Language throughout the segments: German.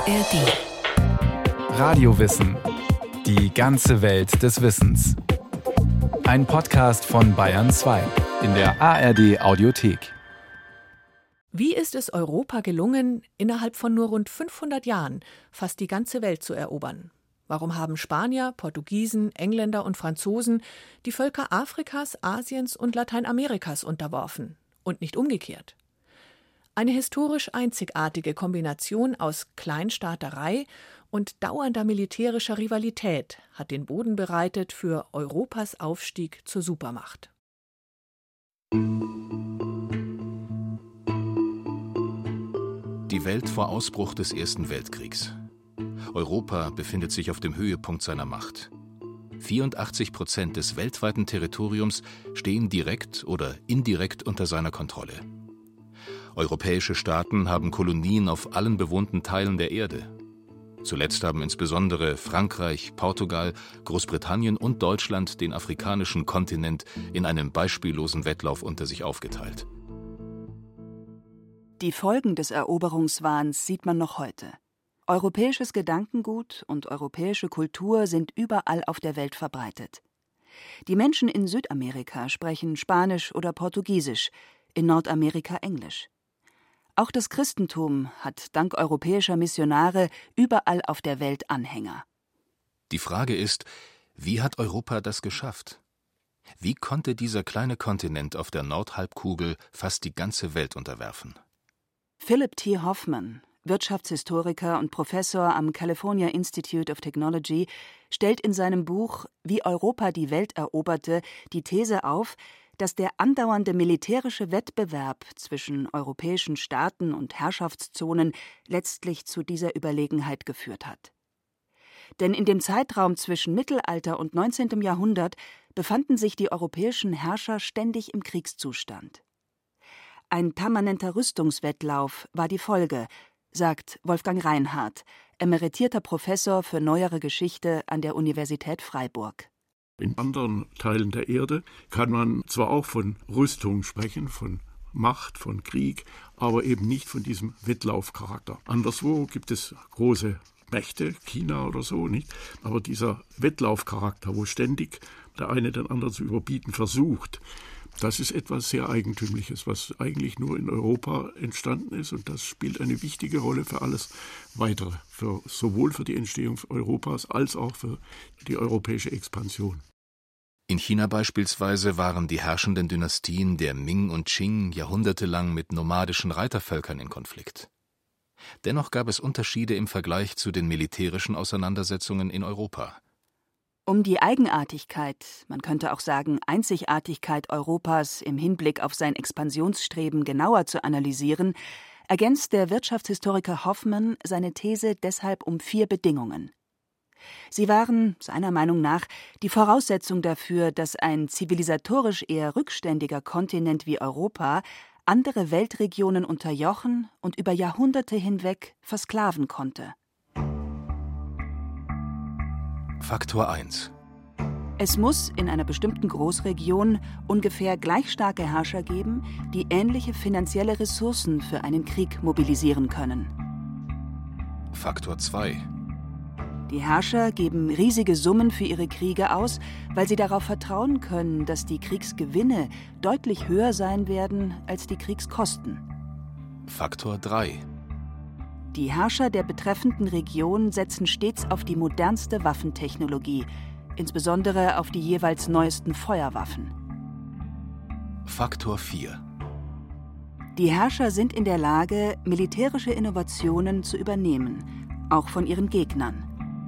ARD. Radiowissen. Die ganze Welt des Wissens. Ein Podcast von Bayern 2 in der ARD Audiothek. Wie ist es Europa gelungen, innerhalb von nur rund 500 Jahren fast die ganze Welt zu erobern? Warum haben Spanier, Portugiesen, Engländer und Franzosen die Völker Afrikas, Asiens und Lateinamerikas unterworfen und nicht umgekehrt? Eine historisch einzigartige Kombination aus Kleinstaaterei und dauernder militärischer Rivalität hat den Boden bereitet für Europas Aufstieg zur Supermacht. Die Welt vor Ausbruch des Ersten Weltkriegs. Europa befindet sich auf dem Höhepunkt seiner Macht. 84% des weltweiten Territoriums stehen direkt oder indirekt unter seiner Kontrolle. Europäische Staaten haben Kolonien auf allen bewohnten Teilen der Erde. Zuletzt haben insbesondere Frankreich, Portugal, Großbritannien und Deutschland den afrikanischen Kontinent in einem beispiellosen Wettlauf unter sich aufgeteilt. Die Folgen des Eroberungswahns sieht man noch heute. Europäisches Gedankengut und europäische Kultur sind überall auf der Welt verbreitet. Die Menschen in Südamerika sprechen Spanisch oder Portugiesisch, in Nordamerika Englisch. Auch das Christentum hat dank europäischer Missionare überall auf der Welt Anhänger. Die Frage ist, wie hat Europa das geschafft? Wie konnte dieser kleine Kontinent auf der Nordhalbkugel fast die ganze Welt unterwerfen? Philip T. Hoffman, Wirtschaftshistoriker und Professor am California Institute of Technology, stellt in seinem Buch »Wie Europa die Welt eroberte« die These auf, dass der andauernde militärische Wettbewerb zwischen europäischen Staaten und Herrschaftszonen letztlich zu dieser Überlegenheit geführt hat. Denn in dem Zeitraum zwischen Mittelalter und 19. Jahrhundert befanden sich die europäischen Herrscher ständig im Kriegszustand. Ein permanenter Rüstungswettlauf war die Folge, sagt Wolfgang Reinhardt, emeritierter Professor für Neuere Geschichte an der Universität Freiburg. In anderen Teilen der Erde kann man zwar auch von Rüstung sprechen, von Macht, von Krieg, aber eben nicht von diesem Wettlaufcharakter. Anderswo gibt es große Mächte, China oder so, nicht? Aber dieser Wettlaufcharakter, wo ständig der eine den anderen zu überbieten versucht, das ist etwas sehr Eigentümliches, was eigentlich nur in Europa entstanden ist, und das spielt eine wichtige Rolle für alles Weitere, sowohl für die Entstehung Europas als auch für die europäische Expansion. In China beispielsweise waren die herrschenden Dynastien der Ming und Qing jahrhundertelang mit nomadischen Reitervölkern in Konflikt. Dennoch gab es Unterschiede im Vergleich zu den militärischen Auseinandersetzungen in Europa. Um die Eigenartigkeit, man könnte auch sagen Einzigartigkeit Europas im Hinblick auf sein Expansionsstreben genauer zu analysieren, ergänzt der Wirtschaftshistoriker Hoffman seine These deshalb um 4 Bedingungen. Sie waren, seiner Meinung nach, die Voraussetzung dafür, dass ein zivilisatorisch eher rückständiger Kontinent wie Europa andere Weltregionen unterjochen und über Jahrhunderte hinweg versklaven konnte. Faktor 1. Es muss in einer bestimmten Großregion ungefähr gleich starke Herrscher geben, die ähnliche finanzielle Ressourcen für einen Krieg mobilisieren können. Faktor 2. Die Herrscher geben riesige Summen für ihre Kriege aus, weil sie darauf vertrauen können, dass die Kriegsgewinne deutlich höher sein werden als die Kriegskosten. Faktor 3. Die Herrscher der betreffenden Region setzen stets auf die modernste Waffentechnologie, insbesondere auf die jeweils neuesten Feuerwaffen. Faktor 4. Die Herrscher sind in der Lage, militärische Innovationen zu übernehmen, auch von ihren Gegnern.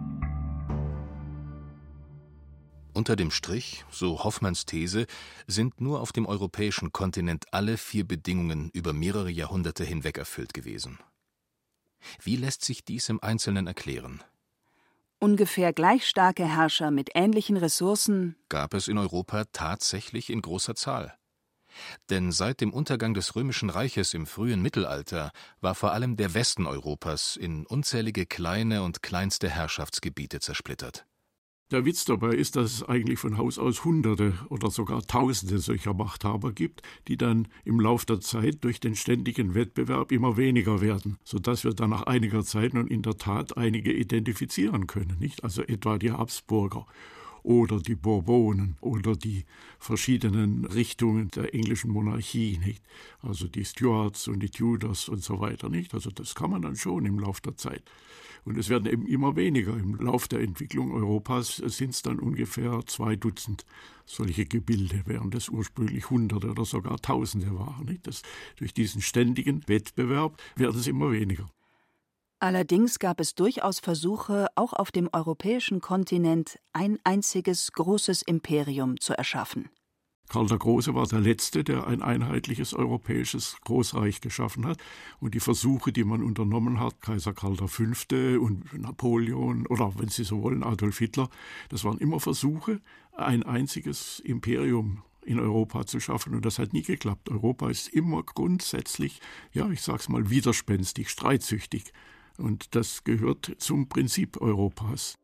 Unter dem Strich, so Hoffmanns These, sind nur auf dem europäischen Kontinent alle 4 Bedingungen über mehrere Jahrhunderte hinweg erfüllt gewesen. Wie lässt sich dies im Einzelnen erklären? Ungefähr gleich starke Herrscher mit ähnlichen Ressourcen Gab es in Europa tatsächlich in großer Zahl. Denn seit dem Untergang des Römischen Reiches im frühen Mittelalter war vor allem der Westen Europas in unzählige kleine und kleinste Herrschaftsgebiete zersplittert. Der Witz dabei ist, dass es eigentlich von Haus aus Hunderte oder sogar Tausende solcher Machthaber gibt, die dann im Lauf der Zeit durch den ständigen Wettbewerb immer weniger werden, sodass wir dann nach einiger Zeit nun in der Tat einige identifizieren können, nicht? Also etwa die Habsburger oder die Bourbonen oder die verschiedenen Richtungen der englischen Monarchie, nicht? Also die Stuarts und die Tudors und so weiter, nicht? Also das kann man dann schon im Lauf der Zeit. Und es werden eben immer weniger. Im Lauf der Entwicklung Europas sind es dann ungefähr 2 Dutzend solche Gebilde, während es ursprünglich Hunderte oder sogar Tausende waren, nicht? Durch diesen ständigen Wettbewerb werden es immer weniger. Allerdings gab es durchaus Versuche, auch auf dem europäischen Kontinent ein einziges großes Imperium zu erschaffen. Karl der Große war der Letzte, der ein einheitliches europäisches Großreich geschaffen hat. Und die Versuche, die man unternommen hat, Kaiser Karl V. und Napoleon oder, wenn Sie so wollen, Adolf Hitler, das waren immer Versuche, ein einziges Imperium in Europa zu schaffen. Und das hat nie geklappt. Europa ist immer grundsätzlich, ja, ich sag's mal, widerspenstig, streitsüchtig. Und das gehört zum Prinzip Europas.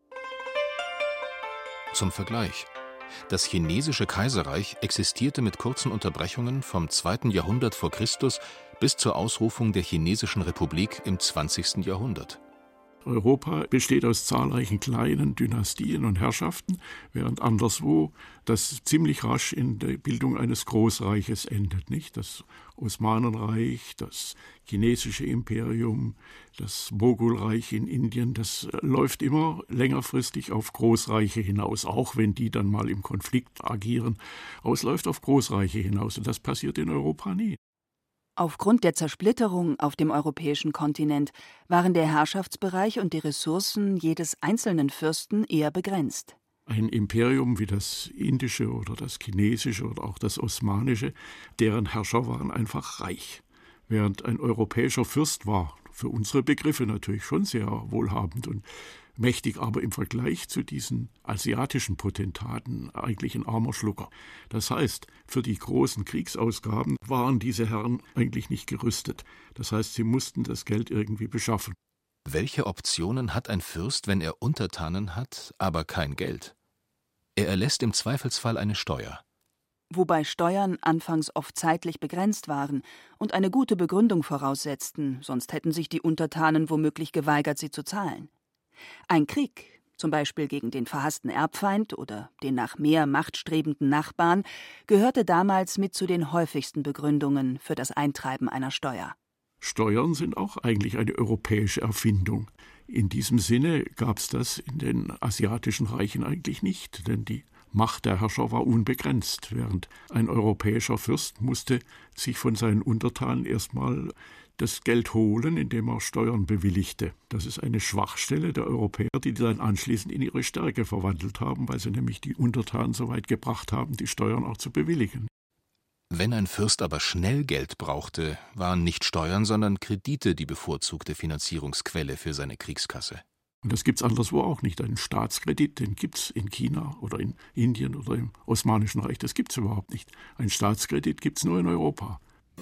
Zum Vergleich. Das chinesische Kaiserreich existierte mit kurzen Unterbrechungen vom 2. Jahrhundert vor Christus bis zur Ausrufung der Chinesischen Republik im 20. Jahrhundert. Europa besteht aus zahlreichen kleinen Dynastien und Herrschaften, während anderswo das ziemlich rasch in der Bildung eines Großreiches endet, nicht? Das Osmanenreich, das chinesische Imperium, das Mogulreich in Indien, das läuft immer längerfristig auf Großreiche hinaus, auch wenn die dann mal im Konflikt agieren. Aber es läuft auf Großreiche hinaus und das passiert in Europa nie. Aufgrund der Zersplitterung auf dem europäischen Kontinent waren der Herrschaftsbereich und die Ressourcen jedes einzelnen Fürsten eher begrenzt. Ein Imperium wie das indische oder das chinesische oder auch das osmanische, deren Herrscher waren einfach reich. Während ein europäischer Fürst war, für unsere Begriffe natürlich schon sehr wohlhabend und mächtig, aber im Vergleich zu diesen asiatischen Potentaten eigentlich ein armer Schlucker. Das heißt, für die großen Kriegsausgaben waren diese Herren eigentlich nicht gerüstet. Das heißt, sie mussten das Geld irgendwie beschaffen. Welche Optionen hat ein Fürst, wenn er Untertanen hat, aber kein Geld? Er erlässt im Zweifelsfall eine Steuer. Wobei Steuern anfangs oft zeitlich begrenzt waren und eine gute Begründung voraussetzten, sonst hätten sich die Untertanen womöglich geweigert, sie zu zahlen. Ein Krieg, zum Beispiel gegen den verhassten Erbfeind oder den nach mehr Macht strebenden Nachbarn, gehörte damals mit zu den häufigsten Begründungen für das Eintreiben einer Steuer. Steuern sind auch eigentlich eine europäische Erfindung. In diesem Sinne gab es das in den asiatischen Reichen eigentlich nicht, denn die Macht der Herrscher war unbegrenzt, während ein europäischer Fürst musste sich von seinen Untertanen erstmal das Geld holen, indem er Steuern bewilligte. Das ist eine Schwachstelle der Europäer, die dann anschließend in ihre Stärke verwandelt haben, weil sie nämlich die Untertanen so weit gebracht haben, die Steuern auch zu bewilligen. Wenn ein Fürst aber schnell Geld brauchte, waren nicht Steuern, sondern Kredite die bevorzugte Finanzierungsquelle für seine Kriegskasse. Und das gibt es anderswo auch nicht. Einen Staatskredit, den gibt es in China oder in Indien oder im Osmanischen Reich, das gibt es überhaupt nicht. Ein Staatskredit gibt es nur in Europa.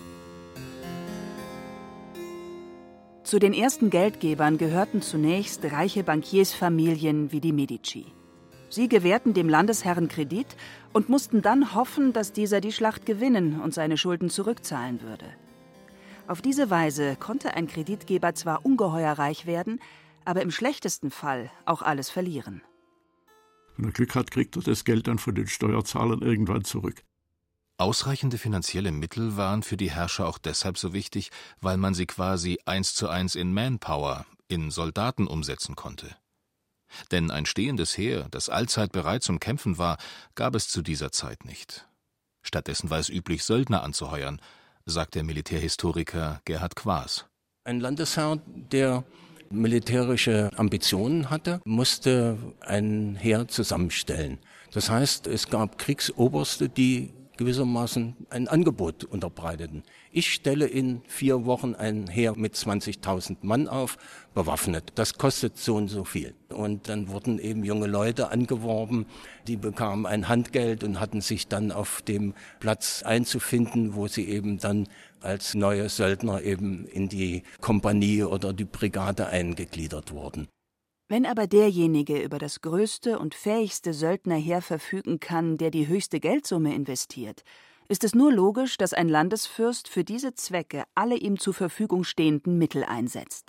Zu den ersten Geldgebern gehörten zunächst reiche Bankiersfamilien wie die Medici. Sie gewährten dem Landesherrn Kredit und mussten dann hoffen, dass dieser die Schlacht gewinnen und seine Schulden zurückzahlen würde. Auf diese Weise konnte ein Kreditgeber zwar ungeheuer reich werden, aber im schlechtesten Fall auch alles verlieren. Wenn er Glück hat, kriegt er das Geld dann von den Steuerzahlern irgendwann zurück. Ausreichende finanzielle Mittel waren für die Herrscher auch deshalb so wichtig, weil man sie quasi 1:1 in Manpower, in Soldaten umsetzen konnte. Denn ein stehendes Heer, das allzeit bereit zum Kämpfen war, gab es zu dieser Zeit nicht. Stattdessen war es üblich, Söldner anzuheuern, sagt der Militärhistoriker Gerhard Quaas. Ein Landesherr, der militärische Ambitionen hatte, musste ein Heer zusammenstellen. Das heißt, es gab Kriegsoberste, die gewissermaßen ein Angebot unterbreiteten. Ich stelle in 4 Wochen ein Heer mit 20.000 Mann auf, bewaffnet. Das kostet so und so viel. Und dann wurden eben junge Leute angeworben, die bekamen ein Handgeld und hatten sich dann auf dem Platz einzufinden, wo sie eben dann als neue Söldner eben in die Kompanie oder die Brigade eingegliedert wurden. Wenn aber derjenige über das größte und fähigste Söldnerheer verfügen kann, der die höchste Geldsumme investiert, ist es nur logisch, dass ein Landesfürst für diese Zwecke alle ihm zur Verfügung stehenden Mittel einsetzt.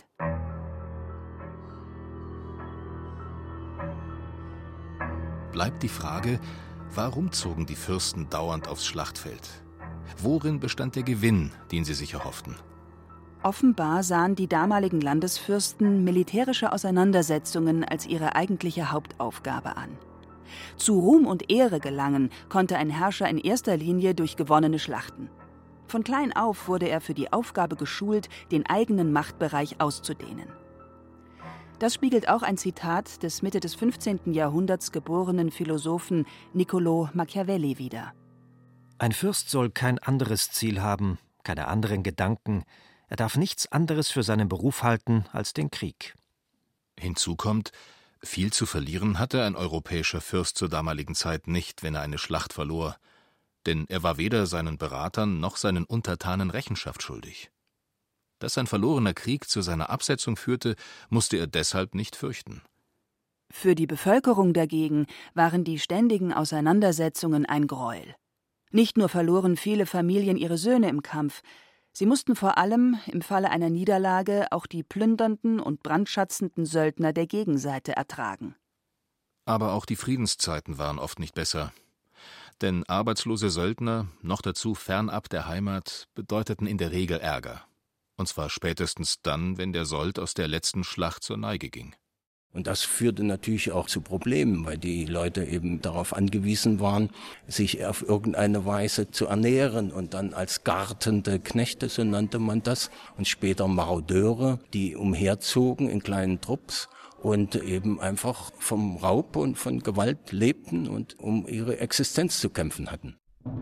Bleibt die Frage, warum zogen die Fürsten dauernd aufs Schlachtfeld? Worin bestand der Gewinn, den sie sich erhofften? Offenbar sahen die damaligen Landesfürsten militärische Auseinandersetzungen als ihre eigentliche Hauptaufgabe an. Zu Ruhm und Ehre gelangen konnte ein Herrscher in erster Linie durch gewonnene Schlachten. Von klein auf wurde er für die Aufgabe geschult, den eigenen Machtbereich auszudehnen. Das spiegelt auch ein Zitat des Mitte des 15. Jahrhunderts geborenen Philosophen Niccolò Machiavelli wider. Ein Fürst soll kein anderes Ziel haben, keine anderen Gedanken. Er darf nichts anderes für seinen Beruf halten als den Krieg. Hinzu kommt, viel zu verlieren hatte ein europäischer Fürst zur damaligen Zeit nicht, wenn er eine Schlacht verlor. Denn er war weder seinen Beratern noch seinen Untertanen Rechenschaft schuldig. Dass ein verlorener Krieg zu seiner Absetzung führte, musste er deshalb nicht fürchten. Für die Bevölkerung dagegen waren die ständigen Auseinandersetzungen ein Gräuel. Nicht nur verloren viele Familien ihre Söhne im Kampf, sie mussten vor allem im Falle einer Niederlage auch die plündernden und brandschatzenden Söldner der Gegenseite ertragen. Aber auch die Friedenszeiten waren oft nicht besser. Denn arbeitslose Söldner, noch dazu fernab der Heimat, bedeuteten in der Regel Ärger. Und zwar spätestens dann, wenn der Sold aus der letzten Schlacht zur Neige ging. Und das führte natürlich auch zu Problemen, weil die Leute eben darauf angewiesen waren, sich auf irgendeine Weise zu ernähren und dann als gartende Knechte, so nannte man das, und später Marodeure, die umherzogen in kleinen Trupps und eben einfach vom Raub und von Gewalt lebten und um ihre Existenz zu kämpfen hatten.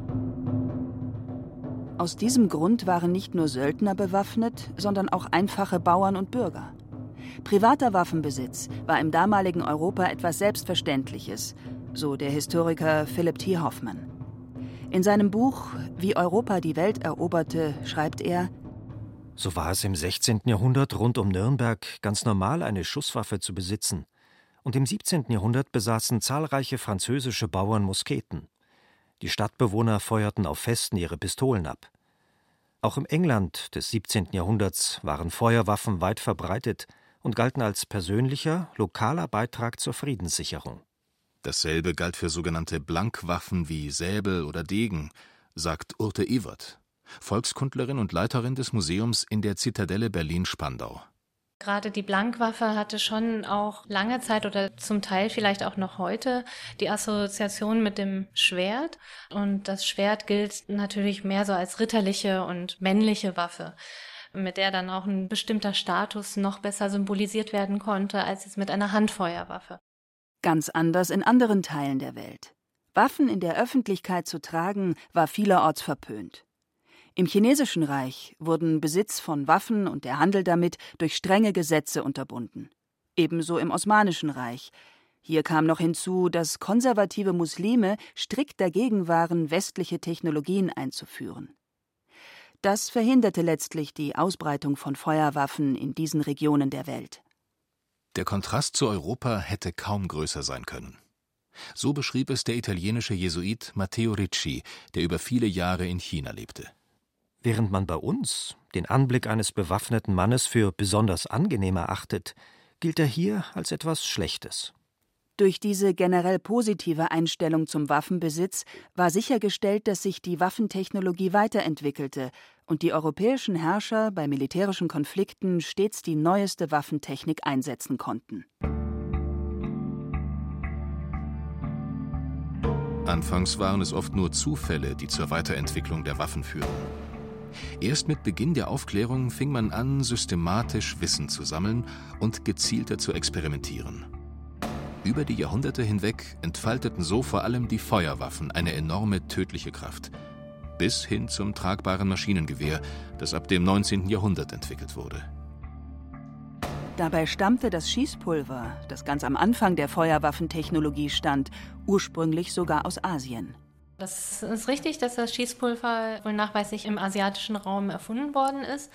Aus diesem Grund waren nicht nur Söldner bewaffnet, sondern auch einfache Bauern und Bürger. Privater Waffenbesitz war im damaligen Europa etwas Selbstverständliches, so der Historiker Philip T. Hoffman. In seinem Buch »Wie Europa die Welt eroberte« schreibt er: So war es im 16. Jahrhundert rund um Nürnberg ganz normal, eine Schusswaffe zu besitzen. Und im 17. Jahrhundert besaßen zahlreiche französische Bauern Musketen. Die Stadtbewohner feuerten auf Festen ihre Pistolen ab. Auch im England des 17. Jahrhunderts waren Feuerwaffen weit verbreitet und galten als persönlicher, lokaler Beitrag zur Friedenssicherung. Dasselbe galt für sogenannte Blankwaffen wie Säbel oder Degen, sagt Urte Ewert, Volkskundlerin und Leiterin des Museums in der Zitadelle Berlin-Spandau. Gerade die Blankwaffe hatte schon auch lange Zeit oder zum Teil vielleicht auch noch heute die Assoziation mit dem Schwert. Und das Schwert gilt natürlich mehr so als ritterliche und männliche Waffe, mit der dann auch ein bestimmter Status noch besser symbolisiert werden konnte, als es mit einer Handfeuerwaffe. Ganz anders in anderen Teilen der Welt. Waffen in der Öffentlichkeit zu tragen, war vielerorts verpönt. Im Chinesischen Reich wurden Besitz von Waffen und der Handel damit durch strenge Gesetze unterbunden. Ebenso im Osmanischen Reich. Hier kam noch hinzu, dass konservative Muslime strikt dagegen waren, westliche Technologien einzuführen. Das verhinderte letztlich die Ausbreitung von Feuerwaffen in diesen Regionen der Welt. Der Kontrast zu Europa hätte kaum größer sein können. So beschrieb es der italienische Jesuit Matteo Ricci, der über viele Jahre in China lebte. Während man bei uns den Anblick eines bewaffneten Mannes für besonders angenehm erachtet, gilt er hier als etwas Schlechtes. Durch diese generell positive Einstellung zum Waffenbesitz war sichergestellt, dass sich die Waffentechnologie weiterentwickelte und die europäischen Herrscher bei militärischen Konflikten stets die neueste Waffentechnik einsetzen konnten. Anfangs waren es oft nur Zufälle, die zur Weiterentwicklung der Waffen führten. Erst mit Beginn der Aufklärung fing man an, systematisch Wissen zu sammeln und gezielter zu experimentieren. Über die Jahrhunderte hinweg entfalteten so vor allem die Feuerwaffen eine enorme tödliche Kraft, bis hin zum tragbaren Maschinengewehr, das ab dem 19. Jahrhundert entwickelt wurde. Dabei stammte das Schießpulver, das ganz am Anfang der Feuerwaffentechnologie stand, ursprünglich sogar aus Asien. Das ist richtig, dass das Schießpulver wohl nachweislich im asiatischen Raum erfunden worden ist.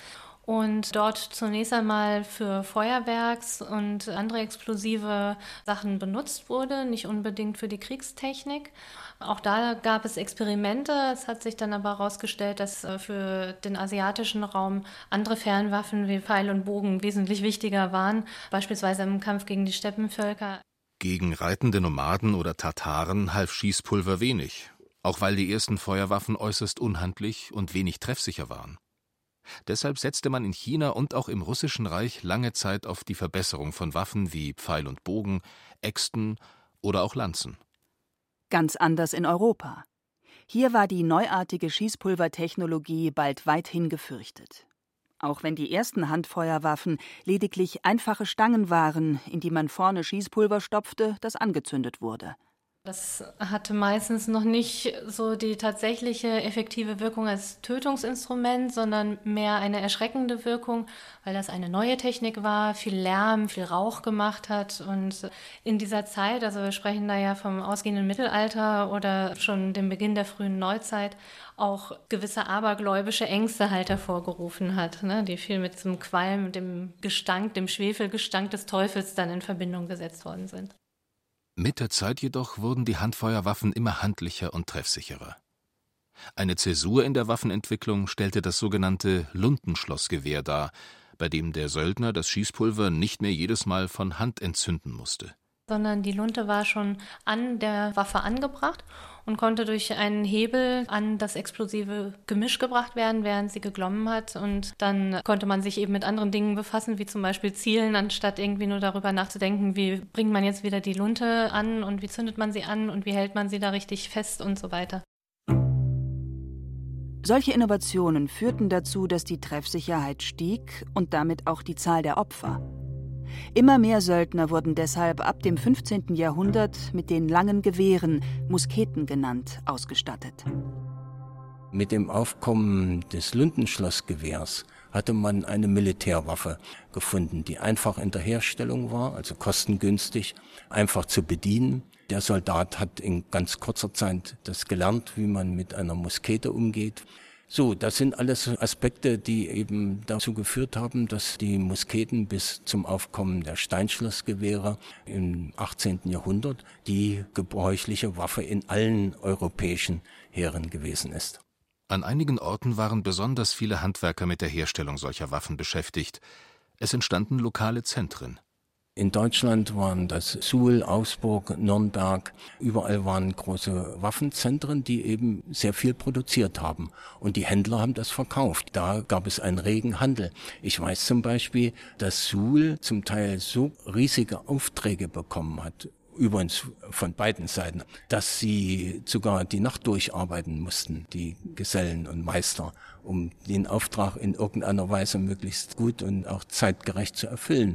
und dort zunächst einmal für Feuerwerks- und andere explosive Sachen benutzt wurde, nicht unbedingt für die Kriegstechnik. Auch da gab es Experimente. Es hat sich dann aber herausgestellt, dass für den asiatischen Raum andere Fernwaffen wie Pfeil und Bogen wesentlich wichtiger waren, beispielsweise im Kampf gegen die Steppenvölker. Gegen reitende Nomaden oder Tataren half Schießpulver wenig, auch weil die ersten Feuerwaffen äußerst unhandlich und wenig treffsicher waren. Deshalb setzte man in China und auch im Russischen Reich lange Zeit auf die Verbesserung von Waffen wie Pfeil und Bogen, Äxten oder auch Lanzen. Ganz anders in Europa. Hier war die neuartige Schießpulvertechnologie bald weithin gefürchtet. Auch wenn die ersten Handfeuerwaffen lediglich einfache Stangen waren, in die man vorne Schießpulver stopfte, das angezündet wurde. Das hatte meistens noch nicht so die tatsächliche effektive Wirkung als Tötungsinstrument, sondern mehr eine erschreckende Wirkung, weil das eine neue Technik war, viel Lärm, viel Rauch gemacht hat. Und in dieser Zeit, also wir sprechen da ja vom ausgehenden Mittelalter oder schon dem Beginn der frühen Neuzeit, auch gewisse abergläubische Ängste halt hervorgerufen hat, ne, die viel mit diesem Qualm und dem Gestank, dem Schwefelgestank des Teufels dann in Verbindung gesetzt worden sind. Mit der Zeit jedoch wurden die Handfeuerwaffen immer handlicher und treffsicherer. Eine Zäsur in der Waffenentwicklung stellte das sogenannte Luntenschlossgewehr dar, bei dem der Söldner das Schießpulver nicht mehr jedes Mal von Hand entzünden musste. Sondern die Lunte war schon an der Waffe angebracht und konnte durch einen Hebel an das explosive Gemisch gebracht werden, während sie geglommen hat. Und dann konnte man sich eben mit anderen Dingen befassen, wie zum Beispiel Zielen, anstatt irgendwie nur darüber nachzudenken, wie bringt man jetzt wieder die Lunte an und wie zündet man sie an und wie hält man sie da richtig fest und so weiter. Solche Innovationen führten dazu, dass die Treffsicherheit stieg und damit auch die Zahl der Opfer. Immer mehr Söldner wurden deshalb ab dem 15. Jahrhundert mit den langen Gewehren, Musketen genannt, ausgestattet. Mit dem Aufkommen des Luntenschlossgewehrs hatte man eine Militärwaffe gefunden, die einfach in der Herstellung war, also kostengünstig, einfach zu bedienen. Der Soldat hat in ganz kurzer Zeit das gelernt, wie man mit einer Muskete umgeht. So, das sind alles Aspekte, die eben dazu geführt haben, dass die Musketen bis zum Aufkommen der Steinschlossgewehre im 18. Jahrhundert die gebräuchliche Waffe in allen europäischen Heeren gewesen ist. An einigen Orten waren besonders viele Handwerker mit der Herstellung solcher Waffen beschäftigt. Es entstanden lokale Zentren. In Deutschland waren das Suhl, Augsburg, Nürnberg. Überall waren große Waffenzentren, die eben sehr viel produziert haben. Und die Händler haben das verkauft. Da gab es einen regen Handel. Ich weiß zum Beispiel, dass Suhl zum Teil so riesige Aufträge bekommen hat, übrigens von beiden Seiten, dass sie sogar die Nacht durcharbeiten mussten, die Gesellen und Meister, um den Auftrag in irgendeiner Weise möglichst gut und auch zeitgerecht zu erfüllen.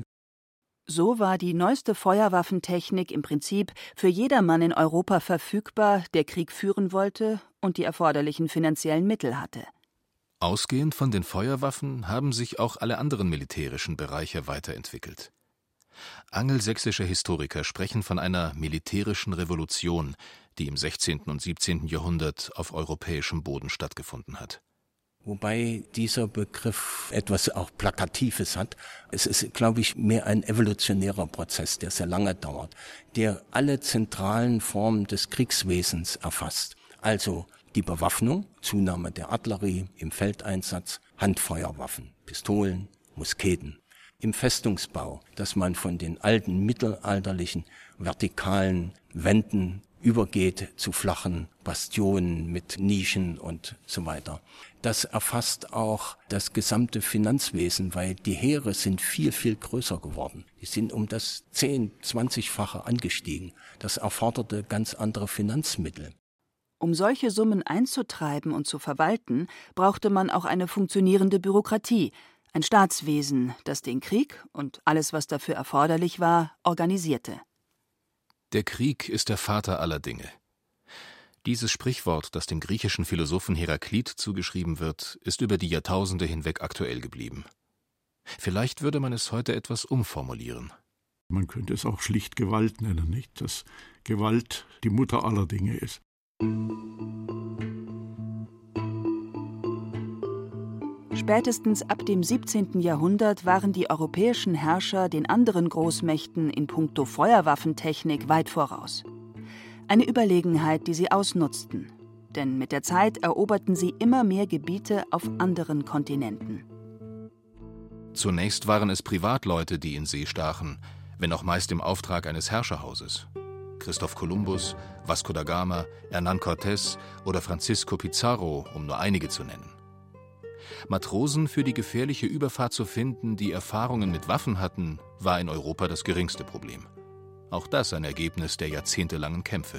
So war die neueste Feuerwaffentechnik im Prinzip für jedermann in Europa verfügbar, der Krieg führen wollte und die erforderlichen finanziellen Mittel hatte. Ausgehend von den Feuerwaffen haben sich auch alle anderen militärischen Bereiche weiterentwickelt. Angelsächsische Historiker sprechen von einer militärischen Revolution, die im 16. und 17. Jahrhundert auf europäischem Boden stattgefunden hat. Wobei dieser Begriff etwas auch Plakatives hat. Es ist, glaube ich, mehr ein evolutionärer Prozess, der sehr lange dauert, der alle zentralen Formen des Kriegswesens erfasst. Also die Bewaffnung, Zunahme der Artillerie im Feldeinsatz, Handfeuerwaffen, Pistolen, Musketen. Im Festungsbau, dass man von den alten mittelalterlichen vertikalen Wänden übergeht zu flachen Bastionen mit Nischen und so weiter. Das erfasst auch das gesamte Finanzwesen, weil die Heere sind viel, viel größer geworden. Die sind um das 10-, 20-fache angestiegen. Das erforderte ganz andere Finanzmittel. Um solche Summen einzutreiben und zu verwalten, brauchte man auch eine funktionierende Bürokratie, ein Staatswesen, das den Krieg und alles, was dafür erforderlich war, organisierte. Der Krieg ist der Vater aller Dinge. Dieses Sprichwort, das dem griechischen Philosophen Heraklit zugeschrieben wird, ist über die Jahrtausende hinweg aktuell geblieben. Vielleicht würde man es heute etwas umformulieren. Man könnte es auch schlicht Gewalt nennen, nicht? Dass Gewalt die Mutter aller Dinge ist. Spätestens ab dem 17. Jahrhundert waren die europäischen Herrscher den anderen Großmächten in puncto Feuerwaffentechnik weit voraus. Eine Überlegenheit, die sie ausnutzten. Denn mit der Zeit eroberten sie immer mehr Gebiete auf anderen Kontinenten. Zunächst waren es Privatleute, die in See stachen, wenn auch meist im Auftrag eines Herrscherhauses. Christoph Kolumbus, Vasco da Gama, Hernán Cortés oder Francisco Pizarro, um nur einige zu nennen. Matrosen für die gefährliche Überfahrt zu finden, die Erfahrungen mit Waffen hatten, war in Europa das geringste Problem. Auch das ein Ergebnis der jahrzehntelangen Kämpfe.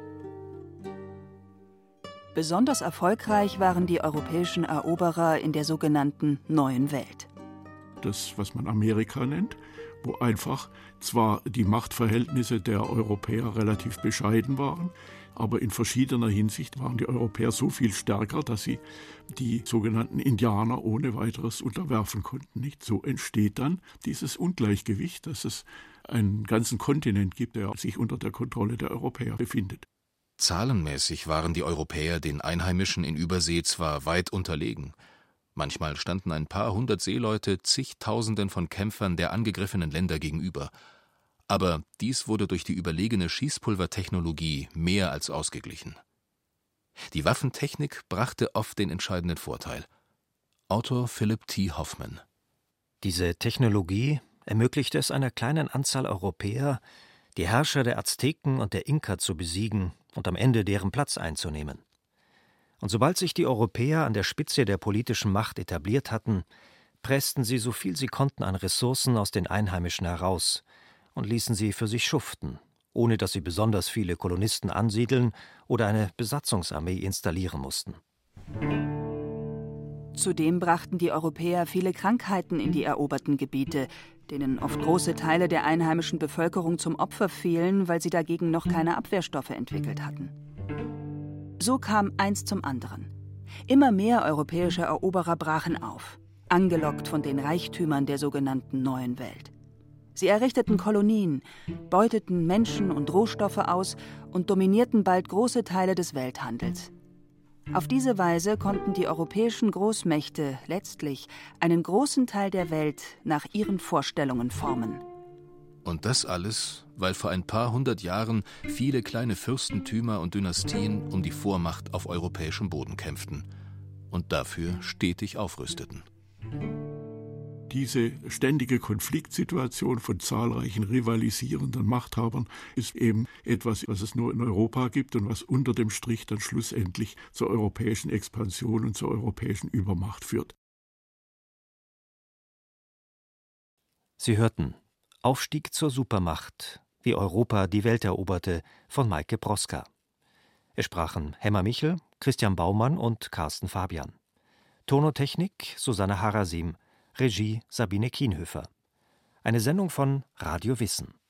Besonders erfolgreich waren die europäischen Eroberer in der sogenannten Neuen Welt. Das, was man Amerika nennt, wo einfach zwar die Machtverhältnisse der Europäer relativ bescheiden waren, aber in verschiedener Hinsicht waren die Europäer so viel stärker, dass sie die sogenannten Indianer ohne weiteres unterwerfen konnten. Nicht? So entsteht dann dieses Ungleichgewicht, dass es einen ganzen Kontinent gibt, der sich unter der Kontrolle der Europäer befindet. Zahlenmäßig waren die Europäer den Einheimischen in Übersee zwar weit unterlegen. Manchmal standen ein paar hundert Seeleute zigtausenden von Kämpfern der angegriffenen Länder gegenüber. Aber dies wurde durch die überlegene Schießpulvertechnologie mehr als ausgeglichen. Die Waffentechnik brachte oft den entscheidenden Vorteil. Autor Philip T. Hoffman. Diese Technologie ermöglichte es einer kleinen Anzahl Europäer, die Herrscher der Azteken und der Inka zu besiegen und am Ende deren Platz einzunehmen. Und sobald sich die Europäer an der Spitze der politischen Macht etabliert hatten, pressten sie so viel sie konnten an Ressourcen aus den Einheimischen heraus und ließen sie für sich schuften, ohne dass sie besonders viele Kolonisten ansiedeln oder eine Besatzungsarmee installieren mussten. Zudem brachten die Europäer viele Krankheiten in die eroberten Gebiete, denen oft große Teile der einheimischen Bevölkerung zum Opfer fielen, weil sie dagegen noch keine Abwehrstoffe entwickelt hatten. So kam eins zum anderen. Immer mehr europäische Eroberer brachen auf, angelockt von den Reichtümern der sogenannten Neuen Welt. Sie errichteten Kolonien, beuteten Menschen und Rohstoffe aus und dominierten bald große Teile des Welthandels. Auf diese Weise konnten die europäischen Großmächte letztlich einen großen Teil der Welt nach ihren Vorstellungen formen. Und das alles, weil vor ein paar hundert Jahren viele kleine Fürstentümer und Dynastien um die Vormacht auf europäischem Boden kämpften und dafür stetig aufrüsteten. Diese ständige Konfliktsituation von zahlreichen rivalisierenden Machthabern ist eben etwas, was es nur in Europa gibt und was unter dem Strich dann schlussendlich zur europäischen Expansion und zur europäischen Übermacht führt. Sie hörten Aufstieg zur Supermacht, wie Europa die Welt eroberte, von Maike Broska. Es sprachen Hemmer Michel, Christian Baumann und Carsten Fabian. Tonotechnik Susanne Harasim, Regie Sabine Kienhöfer. Eine Sendung von Radio Wissen.